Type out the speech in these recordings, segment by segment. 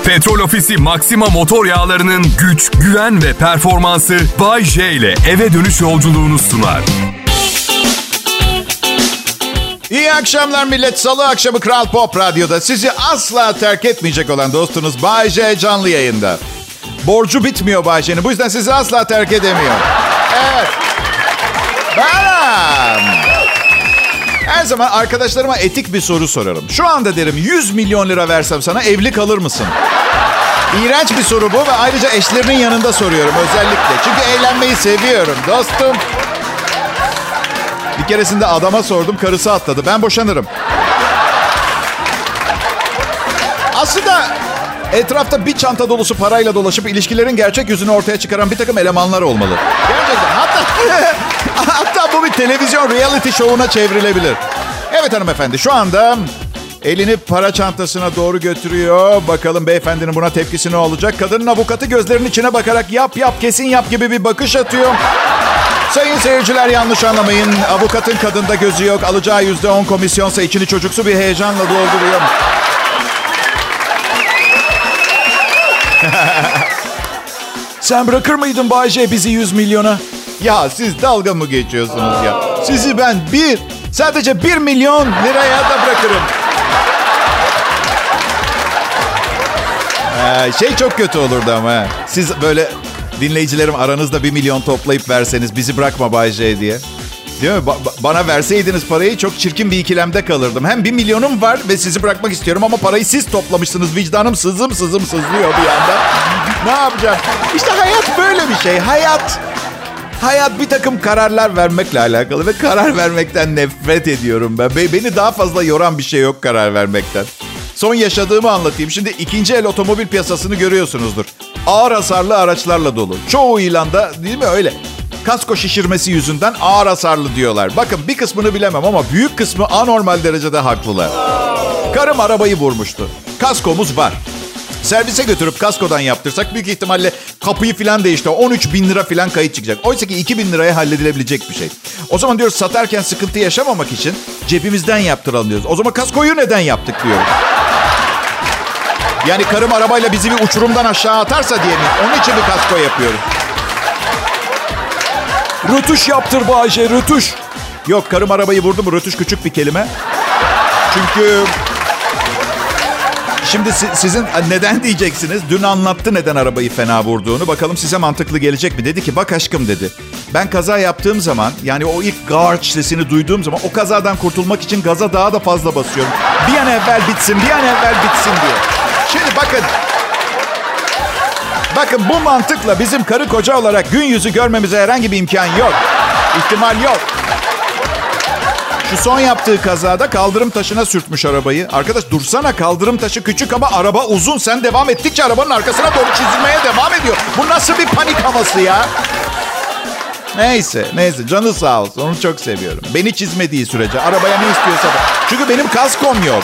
Petrol Ofisi Maxima motor yağlarının güç, güven ve performansı Bay J ile eve dönüş yolculuğunu sunar. İyi akşamlar millet. Salı akşamı Kral Pop Radyo'da sizi asla terk etmeyecek olan dostunuz Bay J canlı yayında. Borcu bitmiyor Bay J'nin. Bu yüzden sizi asla terk edemiyor. Evet. Her zaman arkadaşlarıma etik bir soru sorarım. Şu anda derim 100 milyon lira versem sana evli kalır mısın? İğrenç bir soru bu ve ayrıca eşlerinin yanında soruyorum özellikle. Çünkü eğlenmeyi seviyorum dostum. Bir keresinde adama sordum, karısı atladı. Ben boşanırım. Aslında etrafta bir çanta dolusu parayla dolaşıp ilişkilerin gerçek yüzünü ortaya çıkaran bir takım elemanlar olmalı. Gerçekten. Hatta bu bir televizyon reality show'una çevrilebilir. Evet hanımefendi, şu anda elini para çantasına doğru götürüyor. Bakalım beyefendinin buna tepkisi ne olacak? Kadının avukatı gözlerinin içine bakarak yap kesin yap gibi bir bakış atıyor. Sayın seyirciler, yanlış anlamayın. Avukatın kadında gözü yok. Alacağı %10 komisyonsa içini çocuksu bir heyecanla dolduruyor. Sen bırakır mıydın Bay J bizi 100 milyona? Ya siz dalga mı geçiyorsunuz ya? Sizi ben sadece 1 milyon liraya da bırakırım. Çok kötü olurdu ama. Siz böyle dinleyicilerim aranızda 1 milyon toplayıp verseniz bizi bırakma Bay J diye. Değil mi? Bana verseydiniz parayı çok çirkin bir ikilemde kalırdım. Hem 1 milyonum var ve sizi bırakmak istiyorum ama parayı siz toplamışsınız. Vicdanım sızım sızlıyor bir yandan. Ne yapacağım? İşte hayat böyle bir şey. Hayat bir takım kararlar vermekle alakalı ve karar vermekten nefret ediyorum ben. Beni daha fazla yoran bir şey yok karar vermekten. Son yaşadığımı anlatayım. Şimdi ikinci el otomobil piyasasını görüyorsunuzdur. Ağır hasarlı araçlarla dolu. Çoğu ilanda değil mi öyle? Kasko şişirmesi yüzünden ağır hasarlı diyorlar. Bakın bir kısmını bilemem ama büyük kısmı anormal derecede haklılar. Karım arabayı vurmuştu. Kaskomuz var. Servise götürüp kaskodan yaptırsak büyük ihtimalle kapıyı falan değişti. 13 bin lira falan kayıt çıkacak. Oysa ki 2 bin liraya halledilebilecek bir şey. O zaman diyoruz satarken sıkıntı yaşamamak için cebimizden yaptıralım diyoruz. O zaman kaskoyu neden yaptık diyoruz. Yani karım arabayla bizi bir uçurumdan aşağı atarsa diye mi? Onun için bir kasko yapıyoruz. Rötuş yaptır Bay J, rötuş. Yok, karım arabayı vurdu mu rötuş küçük bir kelime. Çünkü... Şimdi sizin neden diyeceksiniz? Dün anlattı neden arabayı fena vurduğunu. Bakalım size mantıklı gelecek mi? Dedi ki bak aşkım dedi. Ben kaza yaptığım zaman yani o ilk garç sesini duyduğum zaman o kazadan kurtulmak için gaza daha da fazla basıyorum. Bir an evvel bitsin diyor. Şimdi bakın bu mantıkla bizim karı koca olarak gün yüzü görmemize herhangi bir imkan yok. İhtimal yok. Şu son yaptığı kazada kaldırım taşına sürtmüş arabayı. Arkadaş dursana, kaldırım taşı küçük ama araba uzun. Sen devam ettikçe arabanın arkasına doğru çizilmeye devam ediyor. Bu nasıl bir panik havası ya? Neyse canı sağ olsun, onu çok seviyorum. Beni çizmediği sürece arabaya ne istiyorsa da. Çünkü benim kaskom yok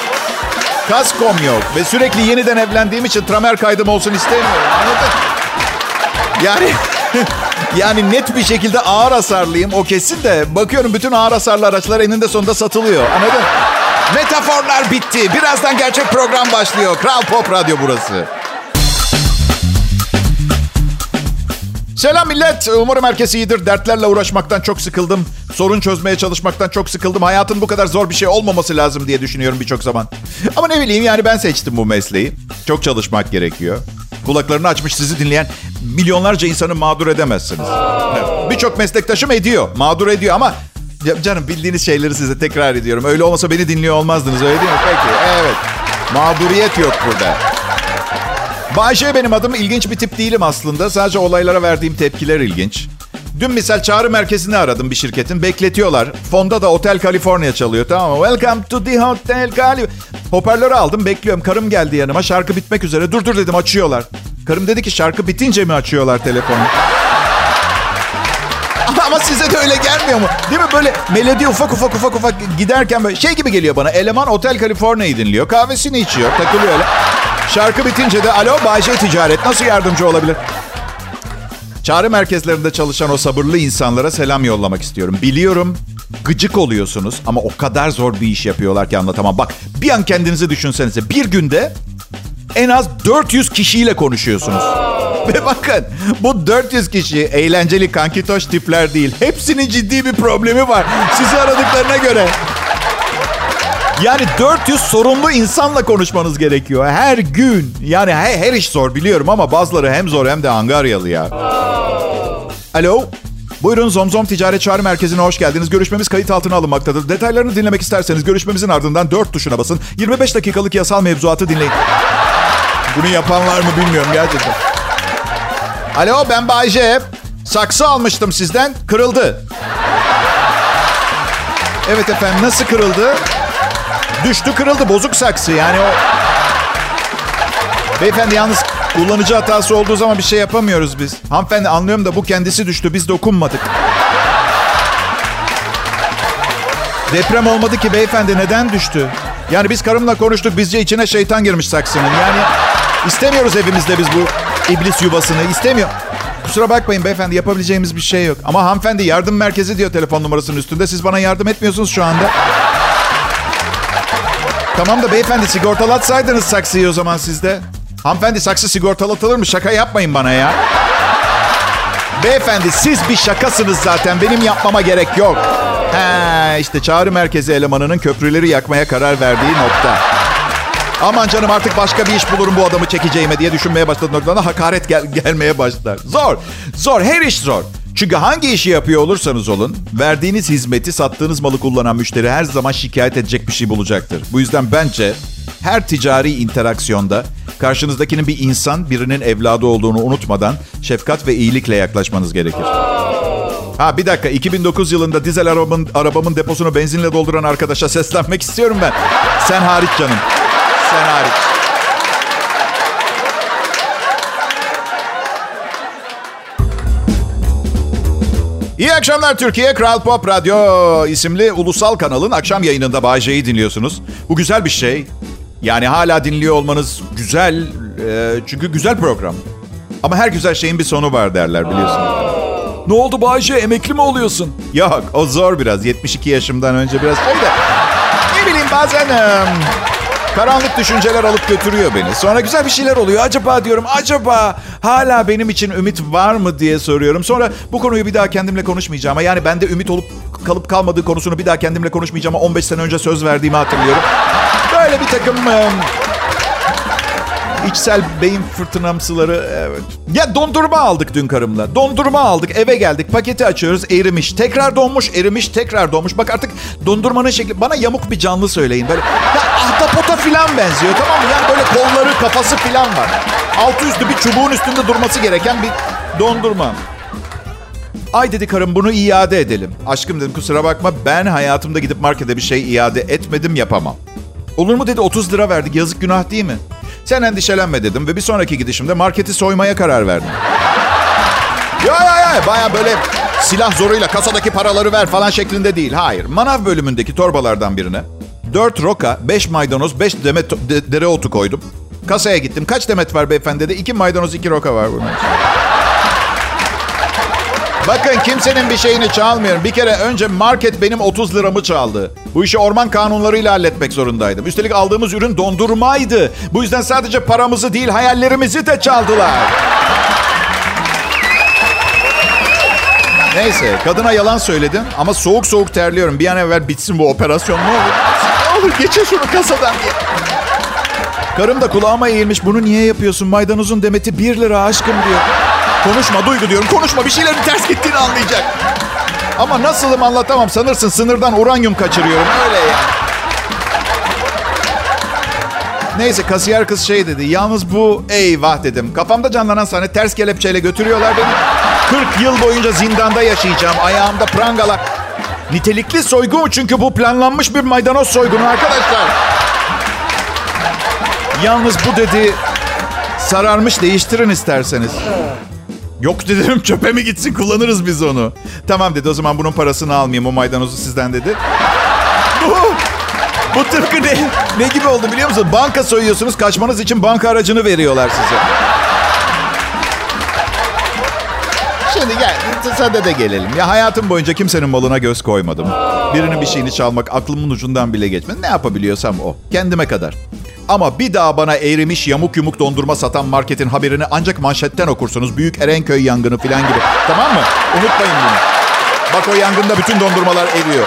ve sürekli yeniden evlendiğim için tramer kaydım olsun istemiyorum. Anladın? Yani net bir şekilde ağır hasarlıyım, o kesin de. Bakıyorum bütün ağır hasarlı araçlar eninde sonunda satılıyor. Anladın? Metaforlar bitti. Birazdan gerçek program başlıyor. Kral Pop Radyo burası. Selam millet. Umarım herkes iyidir. Dertlerle uğraşmaktan çok sıkıldım. Sorun çözmeye çalışmaktan çok sıkıldım. Hayatın bu kadar zor bir şey olmaması lazım diye düşünüyorum birçok zaman. Ama ne bileyim yani ben seçtim bu mesleği. Çok çalışmak gerekiyor. Kulaklarını açmış sizi dinleyen milyonlarca insanı mağdur edemezsiniz. Evet. Birçok meslektaşım mağdur ediyor ama canım bildiğiniz şeyleri size tekrar ediyorum. Öyle olmasa beni dinliyor olmazdınız, öyle değil mi? Peki, evet. Mağduriyet yok burada. Bay J benim adım. İlginç bir tip değilim aslında. Sadece olaylara verdiğim tepkiler ilginç. Dün misal çağrı merkezini aradım bir şirketin. Bekletiyorlar. Fonda da Hotel California çalıyor, tamam mı? Welcome to the Hotel California. Hoparlörü aldım, bekliyorum. Karım geldi yanıma. Şarkı bitmek üzere. Dur dedim, açıyorlar. Karım dedi ki şarkı bitince mi açıyorlar telefonu? Ama size de öyle gelmiyor mu? Değil mi? Böyle melodi ufak giderken böyle şey gibi geliyor bana. Eleman Hotel California'yı dinliyor. Kahvesini içiyor. Takılıyor öyle. Şarkı bitince de alo Bay J Ticaret nasıl yardımcı olabilir? Çağrı merkezlerinde çalışan o sabırlı insanlara selam yollamak istiyorum. Biliyorum gıcık oluyorsunuz ama o kadar zor bir iş yapıyorlar ki anlatamam. Bak bir an kendinizi düşünsenize. Bir günde en az 400 kişiyle konuşuyorsunuz. Ve bakın, bu 400 kişi eğlenceli kankitoş tipler değil. Hepsinin ciddi bir problemi var sizi aradıklarına göre. Yani 400 sorumlu insanla konuşmanız gerekiyor her gün. Yani her iş zor biliyorum ama bazıları hem zor hem de angaryalı ya. Alo. Buyurun, Zomzom Ticaret Çağrı Merkezi'ne hoş geldiniz. Görüşmemiz kayıt altına alınmaktadır. Detaylarını dinlemek isterseniz görüşmemizin ardından 4 tuşuna basın. 25 dakikalık yasal mevzuatı dinleyin. Bunu yapan var mı bilmiyorum gerçekten. Alo, ben Bayce. Saksı almıştım sizden. Kırıldı. Evet efendim, nasıl kırıldı? Düştü kırıldı, bozuk saksı yani o. Beyefendi yalnız kullanıcı hatası olduğu zaman bir şey yapamıyoruz biz. Hanımefendi anlıyorum da bu kendisi düştü, biz dokunmadık. Deprem olmadı ki beyefendi, neden düştü? Yani biz karımla konuştuk, bizce içine şeytan girmiş saksının. Yani istemiyoruz evimizde biz bu iblis yuvasını, istemiyor. Kusura bakmayın beyefendi, yapabileceğimiz bir şey yok. Ama hanımefendi yardım merkezi diyor telefon numarasının üstünde. Siz bana yardım etmiyorsunuz şu anda. Tamam da beyefendi, sigortalatsaydınız saksıyı o zaman sizde. Hanımefendi, saksı sigortalatılır mı? Şaka yapmayın bana ya. Beyefendi, siz bir şakasınız zaten. Benim yapmama gerek yok. İşte çağrı merkezi elemanının köprüleri yakmaya karar verdiği nokta. Aman canım, artık başka bir iş bulurum bu adamı çekeceğime diye düşünmeye başladı noktada hakaret gelmeye başlar. Zor, her iş zor. Çünkü hangi işi yapıyor olursanız olun, verdiğiniz hizmeti, sattığınız malı kullanan müşteri her zaman şikayet edecek bir şey bulacaktır. Bu yüzden bence her ticari interaksiyonda karşınızdakinin bir insan, birinin evladı olduğunu unutmadan şefkat ve iyilikle yaklaşmanız gerekir. Bir dakika, 2009 yılında dizel arabamın deposunu benzinle dolduran arkadaşa seslenmek istiyorum ben. Sen hariç canım. Sen hariç. İyi akşamlar Türkiye. Kral Pop Radyo isimli ulusal kanalın akşam yayınında Bay J'yi dinliyorsunuz. Bu güzel bir şey. Yani hala dinliyor olmanız güzel. Çünkü güzel program. Ama her güzel şeyin bir sonu var derler, biliyorsunuz. Ne oldu Bay J? Emekli mi oluyorsun? Yok, o zor biraz. 72 yaşımdan önce biraz öyle. Ne bileyim, bazen karanlık düşünceler alıp götürüyor beni. Sonra güzel bir şeyler oluyor. Acaba diyorum, hala benim için ümit var mı diye soruyorum. Sonra bu konuyu bir daha kendimle konuşmayacağım. Yani bende ümit olup kalıp kalmadığı konusunu bir daha kendimle konuşmayacağım. 15 sene önce söz verdiğimi hatırlıyorum. Böyle bir takım içsel beyin fırtınamsıları, evet. Ya dondurma aldık dün karımla. Dondurma aldık, eve geldik, paketi açıyoruz, erimiş. Tekrar donmuş, erimiş, tekrar donmuş. Bak artık dondurmanın şekli, bana yamuk bir canlı söyleyin. Böyle ahtapota filan benziyor, tamam mı? Yani böyle kolları, kafası filan var. Altı üstü bir çubuğun üstünde durması gereken bir dondurma. Ay dedi karım, bunu iade edelim. Aşkım dedim, kusura bakma, ben hayatımda gidip markete bir şey iade etmedim, yapamam. Olur mu dedi, 30 lira verdik, yazık günah değil mi? Sen endişelenme dedim ve bir sonraki gidişimde marketi soymaya karar verdim. Baya böyle silah zoruyla kasadaki paraları ver falan şeklinde değil. Hayır, manav bölümündeki torbalardan birine 4 roka, 5 maydanoz, 5 demet dereotu koydum. Kasaya gittim. Kaç demet var beyefendi dedi. 2 maydanoz, 2 roka var bunun. Bakın, kimsenin bir şeyini çalmıyorum. Bir kere önce market benim 30 liramı çaldı. Bu işi orman kanunlarıyla halletmek zorundaydım. Üstelik aldığımız ürün dondurmaydı. Bu yüzden sadece paramızı değil, hayallerimizi de çaldılar. Neyse, kadına yalan söyledim ama soğuk soğuk terliyorum. Bir an evvel bitsin bu operasyon, ne olur. Ne olur geçin şunu kasadan diye. Karım da kulağıma eğilmiş. Bunu niye yapıyorsun? Maydanozun demeti 1 lira aşkım diyor. Konuşma Duygu diyorum. Konuşma, bir şeylerin ters gittiğini anlayacak. Ama nasılım anlatamam. Sanırsın sınırdan uranyum kaçırıyorum. Öyle ya. Neyse, kasiyer kız şey dedi. Yalnız bu, eyvah dedim. Kafamda canlanan sahne, ters kelepçeyle götürüyorlar beni. 40 yıl boyunca zindanda yaşayacağım. Ayağımda prangalar. Nitelikli soygun, çünkü bu planlanmış bir maydanoz soygunu arkadaşlar. Yalnız bu dedi, sararmış, değiştirin isterseniz. Yok dedim, çöpe mi gitsin, kullanırız biz onu. Tamam dedi, o zaman bunun parasını almayayım, o maydanozu sizden dedi. Bu tıpkı ne gibi oldu biliyor musun? Banka soyuyorsunuz, kaçmanız için banka aracını veriyorlar size. Şimdi gel, sadede gelelim. Ya hayatım boyunca kimsenin malına göz koymadım. Birinin bir şeyini çalmak aklımın ucundan bile geçmedi. Ne yapabiliyorsam o. Kendime kadar. Ama bir daha bana erimiş yamuk yumuk dondurma satan marketin haberini ancak manşetten okursunuz. Büyük Erenköy yangını falan gibi. Tamam mı? Unutmayın bunu. Bak o yangında bütün dondurmalar eriyor.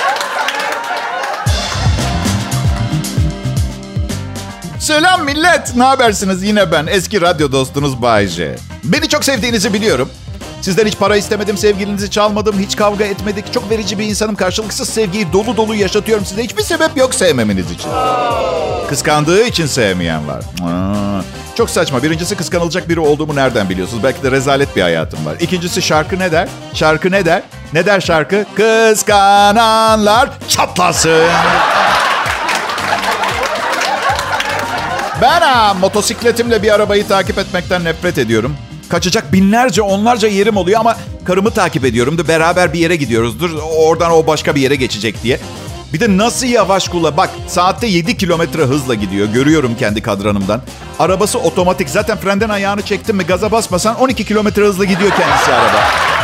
Selam millet. Ne habersiniz? Yine ben. Eski radyo dostunuz Bay J. Beni çok sevdiğinizi biliyorum. Sizden hiç para istemedim, sevgilinizi çalmadım, hiç kavga etmedik. Çok verici bir insanım. Karşılıksız sevgiyi dolu dolu yaşatıyorum size. Hiçbir sebep yok sevmemeniz için. Kıskandığı için sevmeyen var. Çok saçma. Birincisi, kıskanılacak biri olduğumu nereden biliyorsunuz? Belki de rezalet bir hayatım var. İkincisi, şarkı ne der? Şarkı ne der? Ne der şarkı? Kıskananlar çatlasın. Ben motosikletimle bir arabayı takip etmekten nefret ediyorum. Kaçacak binlerce, onlarca yerim oluyor ama karımı takip ediyorum da beraber bir yere gidiyoruzdur. Oradan o başka bir yere geçecek diye. Bir de nasıl yavaş kullan. Bak, saatte 7 kilometre hızla gidiyor. Görüyorum kendi kadranımdan. Arabası otomatik. Zaten frenden ayağını çektin mi, gaza basmasan 12 kilometre hızla gidiyor kendisi araba.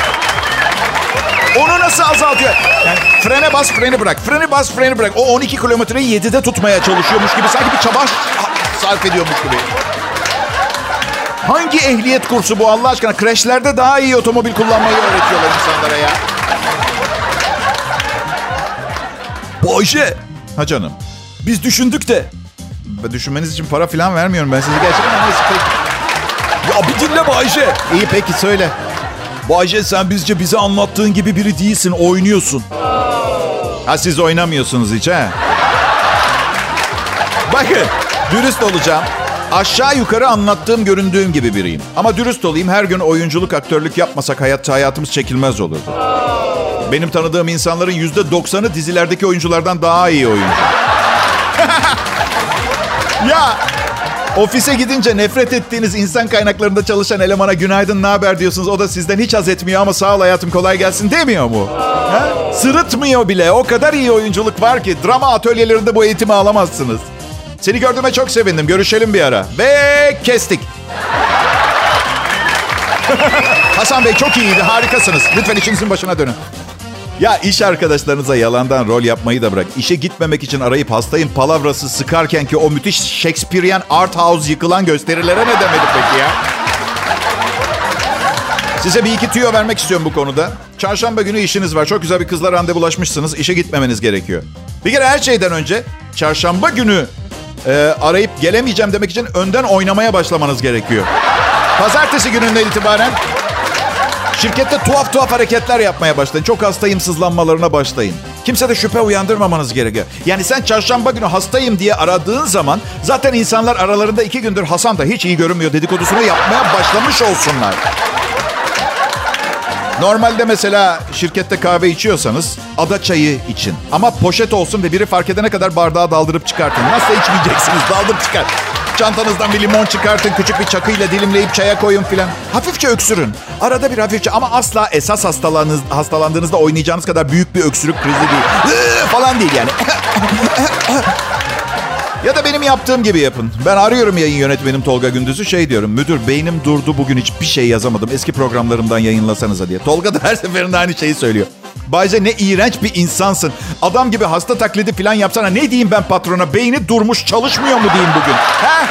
Onu nasıl azaltıyor? Yani frene bas, freni bırak. Freni bas, freni bırak. O 12 kilometreyi 7'de tutmaya çalışıyormuş gibi. Sanki bir çaba sarf ediyormuş gibi. Hangi ehliyet kursu bu Allah aşkına? Crash'lerde daha iyi otomobil kullanmayı öğretiyorlar insanlara ya. Bayşe, Ha canım. biz düşündük de. Düşünmeniz için para falan vermiyorum ben size gerçekten. Ya bir dinle Bayşe. İyi peki söyle. Bayşe, sen bizce bize anlattığın gibi biri değilsin, oynuyorsun. Ha, siz oynamıyorsunuz hiç ha? Bakın, dürüst olacağım. Aşağı yukarı anlattığım, göründüğüm gibi biriyim. Ama dürüst olayım, her gün oyunculuk, aktörlük yapmasak hayatımız çekilmez olurdu. Benim tanıdığım insanların %90'ı dizilerdeki oyunculardan daha iyi oyuncu. Ya, ofise gidince nefret ettiğiniz insan kaynaklarında çalışan elemana günaydın, ne haber diyorsunuz. O da sizden hiç haz etmiyor ama sağ ol hayatım, kolay gelsin demiyor mu? Ha? Sırıtmıyor bile. O kadar iyi oyunculuk var ki drama atölyelerinde bu eğitimi alamazsınız. Seni gördüğüme çok sevindim. Görüşelim bir ara. Ve kestik. Hasan Bey çok iyiydi. Harikasınız. Lütfen işinizin başına dönün. Ya iş arkadaşlarınıza yalandan rol yapmayı da bırak. İşe gitmemek için arayıp hastayım palavrası sıkarken ki o müthiş Shakespearean art house yıkılan gösterilere ne demeli peki ya? Size bir iki tüyo vermek istiyorum bu konuda. Çarşamba günü işiniz var. Çok güzel bir kızla randevulaşmışsınız. İşe gitmemeniz gerekiyor. Bir kere her şeyden önce çarşamba günü arayıp gelemeyeceğim demek için önden oynamaya başlamanız gerekiyor. Pazartesi gününden itibaren şirkette tuhaf hareketler yapmaya başlayın. Çok hastayım sızlanmalarına başlayın. Kimse de şüphe uyandırmamanız gerekiyor. Yani sen çarşamba günü hastayım diye aradığın zaman zaten insanlar aralarında 2 gündür Hasan da hiç iyi görünmüyor dedikodusunu yapmaya başlamış olsunlar. Normalde mesela şirkette kahve içiyorsanız ada çayı için. Ama poşet olsun ve biri fark edene kadar bardağı daldırıp çıkartın. Nasıl içmeyeceksiniz? Daldırıp çıkart. Çantanızdan bir limon çıkartın. Küçük bir çakıyla dilimleyip çaya koyun filan. Hafifçe öksürün. Arada bir hafifçe ama asla esas hastalandığınızda oynayacağınız kadar büyük bir öksürük krizi değil. Falan değil yani. Ya da benim yaptığım gibi yapın. Ben arıyorum yayın yönetmenim Tolga Gündüz'ü, şey diyorum. Müdür, beynim durdu bugün, hiçbir şey yazamadım. Eski programlarımdan yayınlasanıza diye. Tolga da her seferinde aynı şeyi söylüyor. Bayce ne iğrenç bir insansın. Adam gibi hasta taklidi falan yapsana. Ne diyeyim ben patrona? Beyni durmuş, çalışmıyor mu diyeyim bugün? He?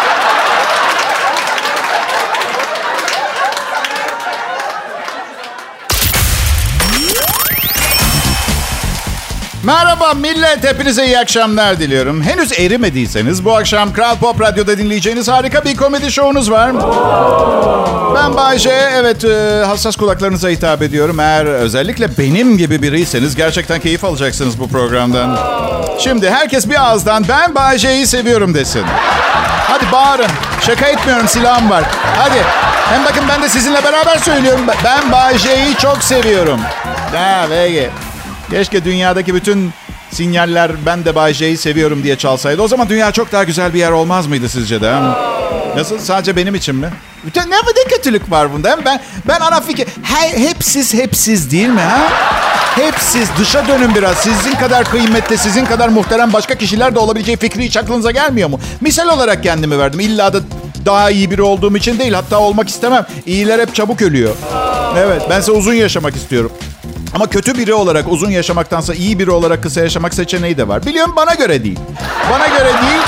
Merhaba millet, hepinize iyi akşamlar diliyorum. Henüz erimediyseniz bu akşam Kral Pop Radyo'da dinleyeceğiniz harika bir komedi şovunuz var. Ben Bay J, evet hassas kulaklarınıza hitap ediyorum. Eğer özellikle benim gibi biriyseniz gerçekten keyif alacaksınız bu programdan. Şimdi herkes bir ağızdan ben Bay J'yi seviyorum desin. Hadi bağırın, şaka etmiyorum, silahım var. Hadi, hem bakın ben de sizinle beraber söylüyorum. Ben Bay J'yi çok seviyorum. Ha, peki. Keşke dünyadaki bütün sinyaller ben de Bay J'yi seviyorum diye çalsaydı. O zaman dünya çok daha güzel bir yer olmaz mıydı sizce de? Nasıl? Sadece benim için mi? Ne kötülük var bunda? Ben ana fikir... Hep siz değil mi? Ha? Hep siz. Dışa dönün biraz. Sizin kadar kıymetli, sizin kadar muhterem başka kişiler de olabileceği fikri hiç aklınıza gelmiyor mu? Misal olarak kendimi verdim. İlla da daha iyi biri olduğum için değil. Hatta olmak istemem. İyiler hep çabuk ölüyor. Evet, ben size uzun yaşamak istiyorum. Ama kötü biri olarak uzun yaşamaktansa iyi biri olarak kısa yaşamak seçeneği de var. Biliyorum, bana göre değil. Bana göre değil.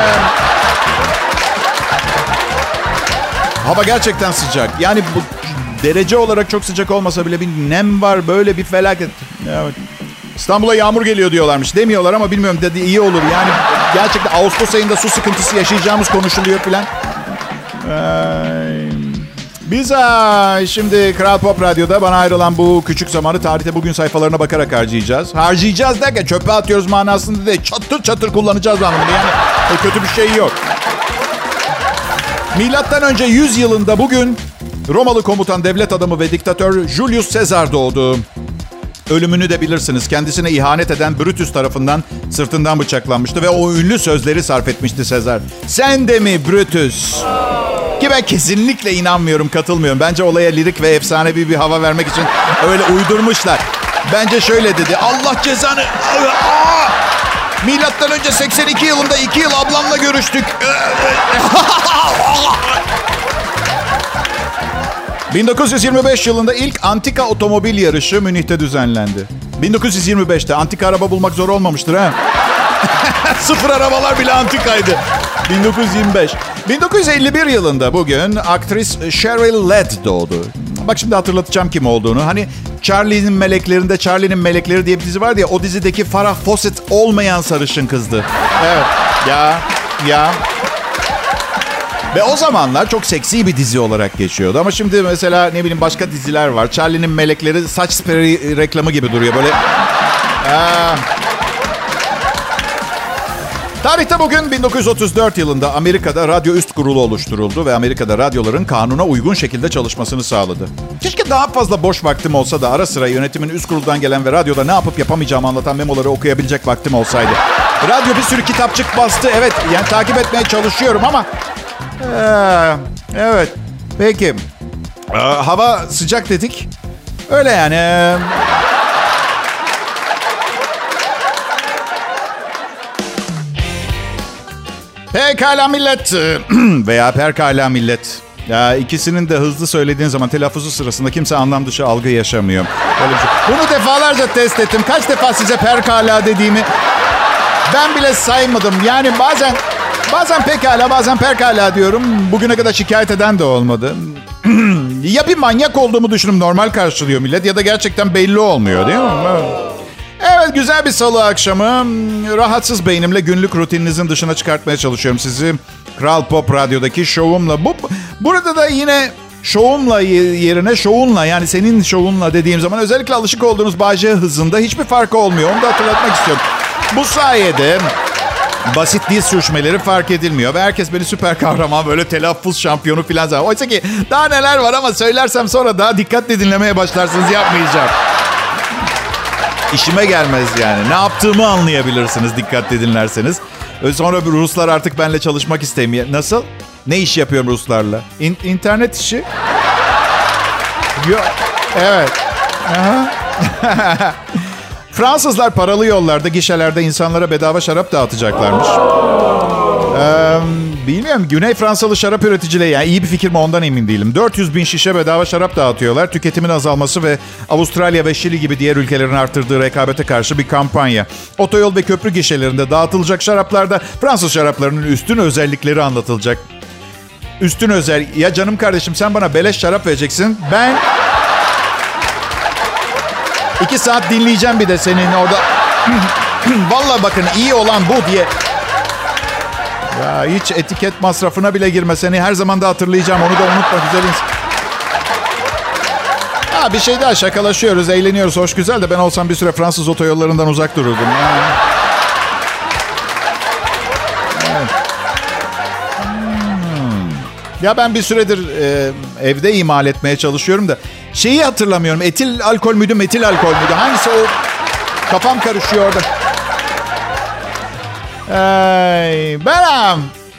Hava gerçekten sıcak. Yani bu derece olarak çok sıcak olmasa bile bir nem var. Böyle bir felaket. Evet. İstanbul'a yağmur geliyor diyorlarmış. Demiyorlar ama bilmiyorum, dedi iyi olur. Yani gerçekten Ağustos ayında su sıkıntısı yaşayacağımız konuşuluyor filan. Biz şimdi Kral Pop Radyo'da bana ayrılan bu küçük zamanı tarihte bugün sayfalarına bakarak harcayacağız. Harcayacağız derken çöpe atıyoruz manasında değil. Çatır çatır kullanacağız anlamında. Yani kötü bir şey yok. Milattan önce 100 yılında bugün Romalı komutan, devlet adamı ve diktatör Julius Caesar doğdu. Ölümünü de bilirsiniz. Kendisine ihanet eden Brutus tarafından sırtından bıçaklanmıştı ve o ünlü sözleri sarf etmişti Caesar. Sen de mi Brutus? Ki ben kesinlikle inanmıyorum, katılmıyorum. Bence olaya lirik ve efsanevi bir hava vermek için öyle uydurmuşlar. Bence şöyle dedi. Allah cezanı... Milattan önce 82 yılında 2 yıl ablamla görüştük. 1925 yılında ilk antika otomobil yarışı Münih'te düzenlendi. 1925'te antika araba bulmak zor olmamıştır ha. Sıfır arabalar bile antikaydı. 1925. 1951 yılında bugün aktris Cheryl Ladd doğdu. Bak şimdi hatırlatacağım kim olduğunu. Hani Charlie'nin Meleklerinde Charlie'nin Melekleri diye bir dizi vardı ya. O dizideki Farrah Fawcett olmayan sarışın kızdı. Evet. Ya. Ve o zamanlar çok seksi bir dizi olarak geçiyordu. Ama şimdi mesela ne bileyim başka diziler var. Charlie'nin Melekleri saç sprey reklamı gibi duruyor. Böyle... Tarihte bugün 1934 yılında Amerika'da Radyo Üst Kurulu oluşturuldu ve Amerika'da radyoların kanuna uygun şekilde çalışmasını sağladı. Keşke daha fazla boş vaktim olsa da ara sıra yönetimin üst kuruldan gelen ve radyoda ne yapıp yapamayacağımı anlatan memoları okuyabilecek vaktim olsaydı. Radyo bir sürü kitapçık bastı. Evet, yani takip etmeye çalışıyorum ama... evet, peki. Hava sıcak dedik. Öyle yani... Pekala millet veya perkala millet. Ya ikisinin de hızlı söylediğin zaman telaffuzu sırasında kimse anlam dışı algı yaşamıyor. Böyle bir şey. Bunu defalarca test ettim. Kaç defa size perkala dediğimi ben bile saymadım. Yani bazen pekala, bazen perkala diyorum. Bugüne kadar şikayet eden de olmadı. Ya bir manyak olduğumu düşünüp normal karşılıyor millet ya da gerçekten belli olmuyor, değil mi? Evet, güzel bir salı akşamı. Rahatsız beynimle günlük rutininizin dışına çıkartmaya çalışıyorum sizi. Kral Pop Radyo'daki şovumla. Burada da yine şovumla yerine şovunla, yani senin şovunla dediğim zaman özellikle alışık olduğunuz Bay J hızında hiçbir farkı olmuyor. Onu da hatırlatmak istiyorum. Bu sayede basit dil sürçmeleri fark edilmiyor. Ve herkes beni süper kahraman, böyle telaffuz şampiyonu falan zannediyor. Oysa ki daha neler var ama söylersem sonra daha dikkatli dinlemeye başlarsınız, yapmayacağım. İşime gelmez yani. Ne yaptığımı anlayabilirsiniz dikkatli dinlerseniz. Sonra Ruslar artık benimle çalışmak istemiyor. Nasıl? Ne iş yapıyorum Ruslarla? İnternet işi. Evet. Fransızlar paralı yollarda, gişelerde insanlara bedava şarap dağıtacaklarmış. Bilmiyorum. Güney Fransalı şarap üreticileri, yani iyi bir fikir mi ondan emin değilim. 400 bin şişe bedava şarap dağıtıyorlar. Tüketimin azalması ve Avustralya ve Şili gibi diğer ülkelerin arttırdığı rekabete karşı bir kampanya. Otoyol ve köprü gişelerinde dağıtılacak şaraplarda Fransız şaraplarının üstün özellikleri anlatılacak. Üstün özel... Ya canım kardeşim, sen bana beleş şarap vereceksin. Ben 2 saat dinleyeceğim bir de senin orada... Vallahi bakın iyi olan bu diye... Ya hiç etiket masrafına bile girme. Seni her zaman da hatırlayacağım. Onu da unutma güzel insan. Ha, bir şey daha, şakalaşıyoruz, eğleniyoruz. Hoş güzel de ben olsam bir süre Fransız otoyollarından uzak dururdum. Evet. Ya ben bir süredir evde imal etmeye çalışıyorum da şeyi hatırlamıyorum. Etil alkol müydü, metil alkol müydü? Hangisi o? Kafam karışıyor orada. Ben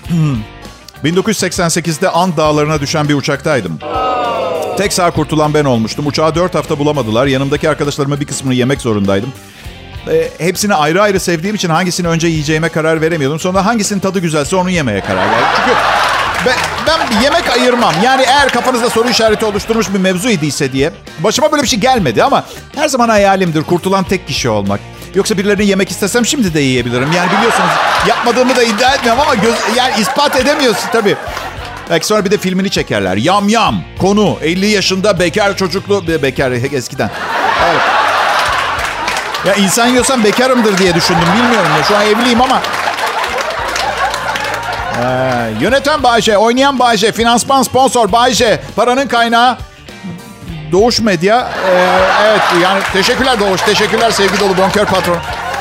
1988'de Ant Dağları'na düşen bir uçaktaydım. Tek sağ kurtulan ben olmuştum. Uçağı 4 hafta bulamadılar. Yanımdaki arkadaşlarıma bir kısmını yemek zorundaydım. Hepsini ayrı ayrı sevdiğim için hangisini önce yiyeceğime karar veremiyordum. Sonra hangisinin tadı güzelse onu yemeye karar verdim. Çünkü Ben yemek ayırmam. Yani eğer kafanızda soru işareti oluşturmuş bir mevzu idiyse diye. Başıma böyle bir şey gelmedi ama her zaman hayalimdir kurtulan tek kişi olmak. Yoksa birilerini yemek istesem şimdi de yiyebilirim. Yani biliyorsunuz yapmadığımı da iddia etmiyorum ama yani ispat edemiyorsun tabii. Belki sonra bir de filmini çekerler. Yam Yam. Konu 50 yaşında bekar çocuklu. Bekar eskiden. Evet. Ya insan yiyorsam bekarımdır diye düşündüm. Bilmiyorum ya. Şu an evliyim ama. Yöneten Bay J, oynayan Bay J, finansman sponsor Bay J, paranın kaynağı Doğuş Medya. Evet yani teşekkürler Doğuş. Teşekkürler sevgi dolu bonkör patron.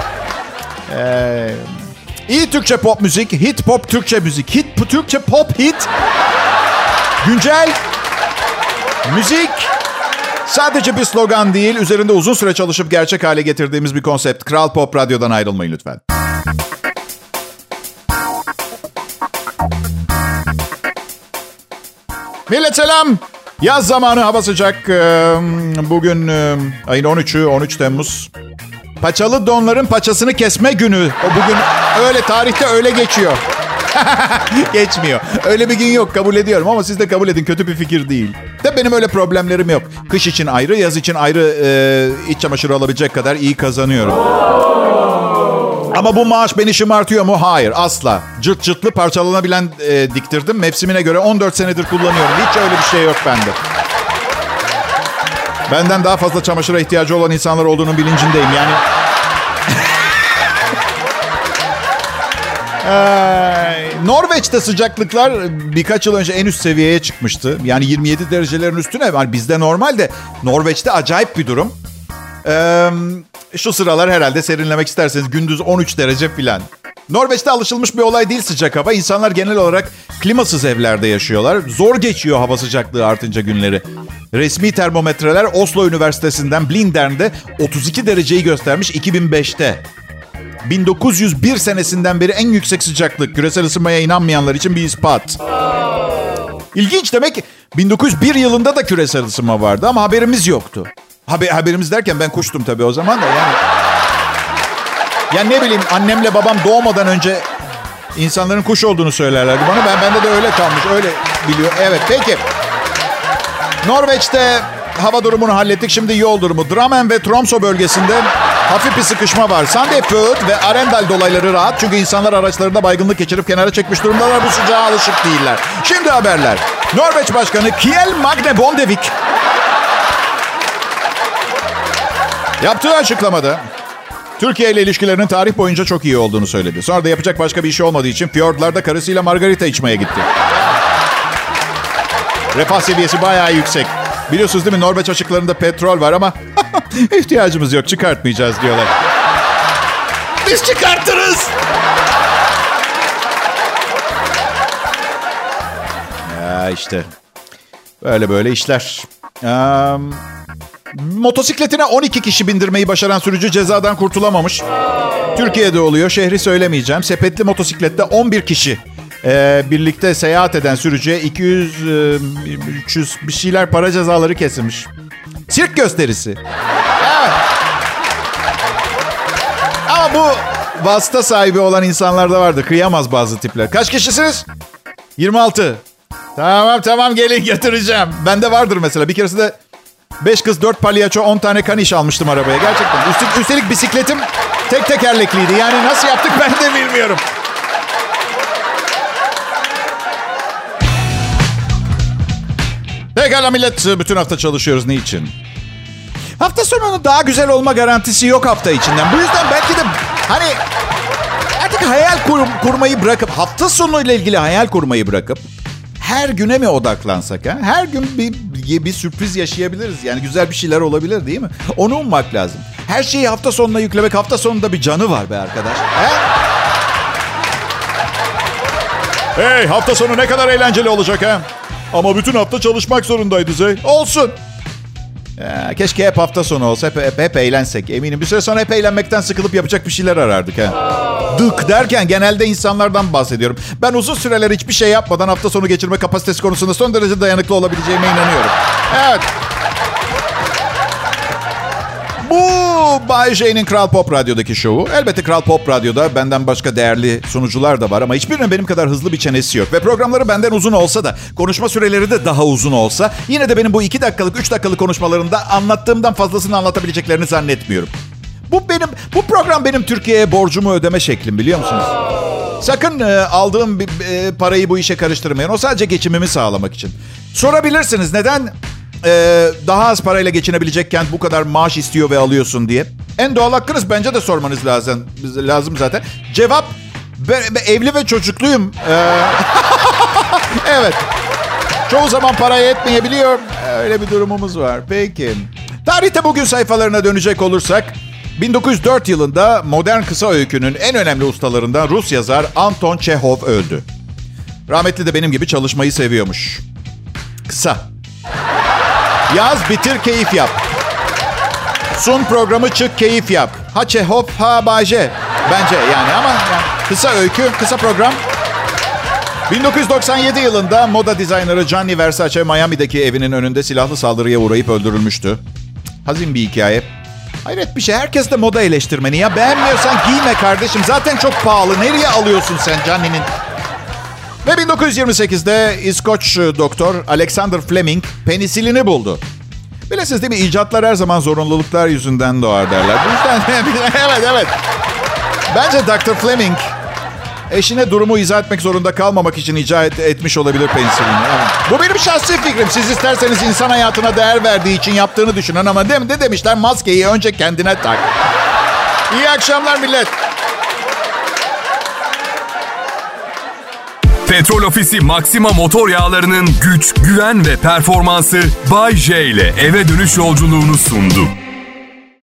İyi Türkçe pop müzik, hit pop Türkçe müzik, hit Türkçe pop hit, güncel müzik sadece bir slogan değil, üzerinde uzun süre çalışıp gerçek hale getirdiğimiz bir konsept. Kral Pop Radyo'dan ayrılmayın lütfen. Millet selam. Yaz zamanı, hava sıcak. Bugün ayın 13'ü, 13 Temmuz. Paçalı donların paçasını kesme günü. O bugün öyle tarihte öyle geçiyor. Geçmiyor. Öyle bir gün yok, kabul ediyorum ama siz de kabul edin, kötü bir fikir değil. De benim öyle problemlerim yok. Kış için ayrı, yaz için ayrı iç çamaşırı alabilecek kadar iyi kazanıyorum. Ama bu maaş beni şımartıyor mu? Hayır, asla. Cırt cırtlı parçalanabilen diktirdim. Mevsimine göre 14 senedir kullanıyorum. Hiç öyle bir şey yok bende. Benden daha fazla çamaşıra ihtiyacı olan insanlar olduğunun bilincindeyim. Yani Norveç'te sıcaklıklar birkaç yıl önce en üst seviyeye çıkmıştı. Yani 27 derecelerin üstüne. Yani bizde normal de Norveç'te acayip bir durum. Şu sıralar herhalde serinlemek isterseniz gündüz 13 derece filan. Norveç'te alışılmış bir olay değil sıcak hava. İnsanlar genel olarak klimasız evlerde yaşıyorlar. Zor geçiyor hava sıcaklığı artınca günleri. Resmi termometreler Oslo Üniversitesi'nden Blindern'de 32 dereceyi göstermiş 2005'te. 1901 senesinden beri en yüksek sıcaklık. Küresel ısınmaya inanmayanlar için bir ispat. İlginç, demek ki 1901 yılında da küresel ısınma vardı ama haberimiz yoktu. Haberimiz derken ben kuştum tabii o zaman da yani. Yani ne bileyim, annemle babam doğmadan önce insanların kuş olduğunu söylerlerdi bana. Bende de öyle kalmış, öyle biliyor. Evet, peki. Norveç'te hava durumunu hallettik. Şimdi yol durumu. Drammen ve Tromsø bölgesinde hafif bir sıkışma var. Sandefjord ve Arendal dolayları rahat. Çünkü insanlar araçlarında baygınlık geçirip kenara çekmiş durumdalar. Bu sıcağa alışık değiller. Şimdi haberler. Norveç Başkanı Kjell Magne Bondevik yaptığı açıklamada Türkiye ile ilişkilerinin tarih boyunca çok iyi olduğunu söyledi. Sonra da yapacak başka bir işi olmadığı için fiyortlarda karısıyla margarita içmeye gitti. Refah seviyesi bayağı yüksek. Biliyorsunuz değil mi? Norveç açıklarında petrol var ama ihtiyacımız yok, çıkartmayacağız diyorlar. Biz çıkartırız. Ya işte böyle işler. Motosikletine 12 kişi bindirmeyi başaran sürücü cezadan kurtulamamış. Türkiye'de oluyor. Şehri söylemeyeceğim. Sepetli motosiklette 11 kişi birlikte seyahat eden sürücüye 200-300 bir şeyler para cezaları kesilmiş. Sirk gösterisi. Evet. Ama bu vasıta sahibi olan insanlar da vardı. Kıyamaz bazı tipler. Kaç kişisiniz? 26. Tamam gelin götüreceğim. Bende vardır mesela. Bir keresinde 5 kız 4 palyaço 10 tane kaniş almıştım arabaya. Gerçekten. Üstelik bisikletim tek tekerlekliydi. Yani nasıl yaptık ben de bilmiyorum. Pekala millet, bütün hafta çalışıyoruz. Niçin? Hafta sonunun daha güzel olma garantisi yok hafta içinden. Bu yüzden belki de hani artık hayal kurmayı bırakıp, hafta sonuyla ilgili hayal kurmayı bırakıp her güne mi odaklansak? Ha? Her gün bir sürpriz yaşayabiliriz. Yani güzel bir şeyler olabilir değil mi? Onu ummak lazım. Her şeyi hafta sonuna yüklemek, hafta sonunda bir canı var be arkadaş. Hey, hafta sonu ne kadar eğlenceli olacak ha? Ama bütün hafta çalışmak zorundaydı Zey. Olsun. Ya, keşke hep hafta sonu olsa, hep eğlensek. Eminim bir süre sonra hep eğlenmekten sıkılıp yapacak bir şeyler arardık ha. Dık derken genelde insanlardan bahsediyorum. Ben uzun süreler hiçbir şey yapmadan hafta sonu geçirme kapasitesi konusunda son derece dayanıklı olabileceğime inanıyorum. Evet. Bu Bay J'nin Kral Pop Radyo'daki şovu. Elbette Kral Pop Radyo'da benden başka değerli sunucular da var ama hiçbirinin benim kadar hızlı bir çenesi yok. Ve programları benden uzun olsa da, konuşma süreleri de daha uzun olsa, yine de benim bu 2 dakikalık, 3 dakikalık konuşmalarımda anlattığımdan fazlasını anlatabileceklerini zannetmiyorum. Bu program benim Türkiye'ye borcumu ödeme şeklim, biliyor musunuz? Sakın aldığım parayı bu işe karıştırmayın. O sadece geçimimi sağlamak için. Sorabilirsiniz neden daha az parayla geçinebilecekken bu kadar maaş istiyor ve alıyorsun diye. En doğal hakkınız, bence de sormanız lazım zaten. Cevap, evli ve çocukluyum. Evet. Çoğu zaman paraya etmeyebiliyor. Öyle bir durumumuz var. Peki. Tarihte bugün sayfalarına dönecek olursak, 1904 yılında modern kısa öykünün en önemli ustalarından Rus yazar Anton Çehov öldü. Rahmetli de benim gibi çalışmayı seviyormuş. Kısa. Yaz, bitir, keyif yap. Sun programı, çık, keyif yap. Ha Çehov, ha Bay J. Bence yani ama kısa öykü, kısa program. 1997 yılında moda dizayneri Gianni Versace Miami'deki evinin önünde silahlı saldırıya uğrayıp öldürülmüştü. Hazin bir hikaye. Hayret bir şey. Herkes de moda eleştirmeni ya. Beğenmiyorsan giyme kardeşim. Zaten çok pahalı. Nereye alıyorsun sen Gianni'nin? Ve 1928'de İskoç doktor Alexander Fleming penisilini buldu. Bilirsiniz değil mi? İcatlar her zaman zorunluluklar yüzünden doğar derler. Bu yüzden evet. Bence Dr. Fleming eşine durumu izah etmek zorunda kalmamak için icat etmiş olabilir penisilini. Evet. Bu benim şahsi fikrim. Siz isterseniz insan hayatına değer verdiği için yaptığını düşünün ama ne demişler? Maskeyi önce kendine tak. İyi akşamlar millet. Petrol Ofisi Maxima motor yağlarının güç, güven ve performansı Bay J ile eve dönüş yolculuğunu sundu.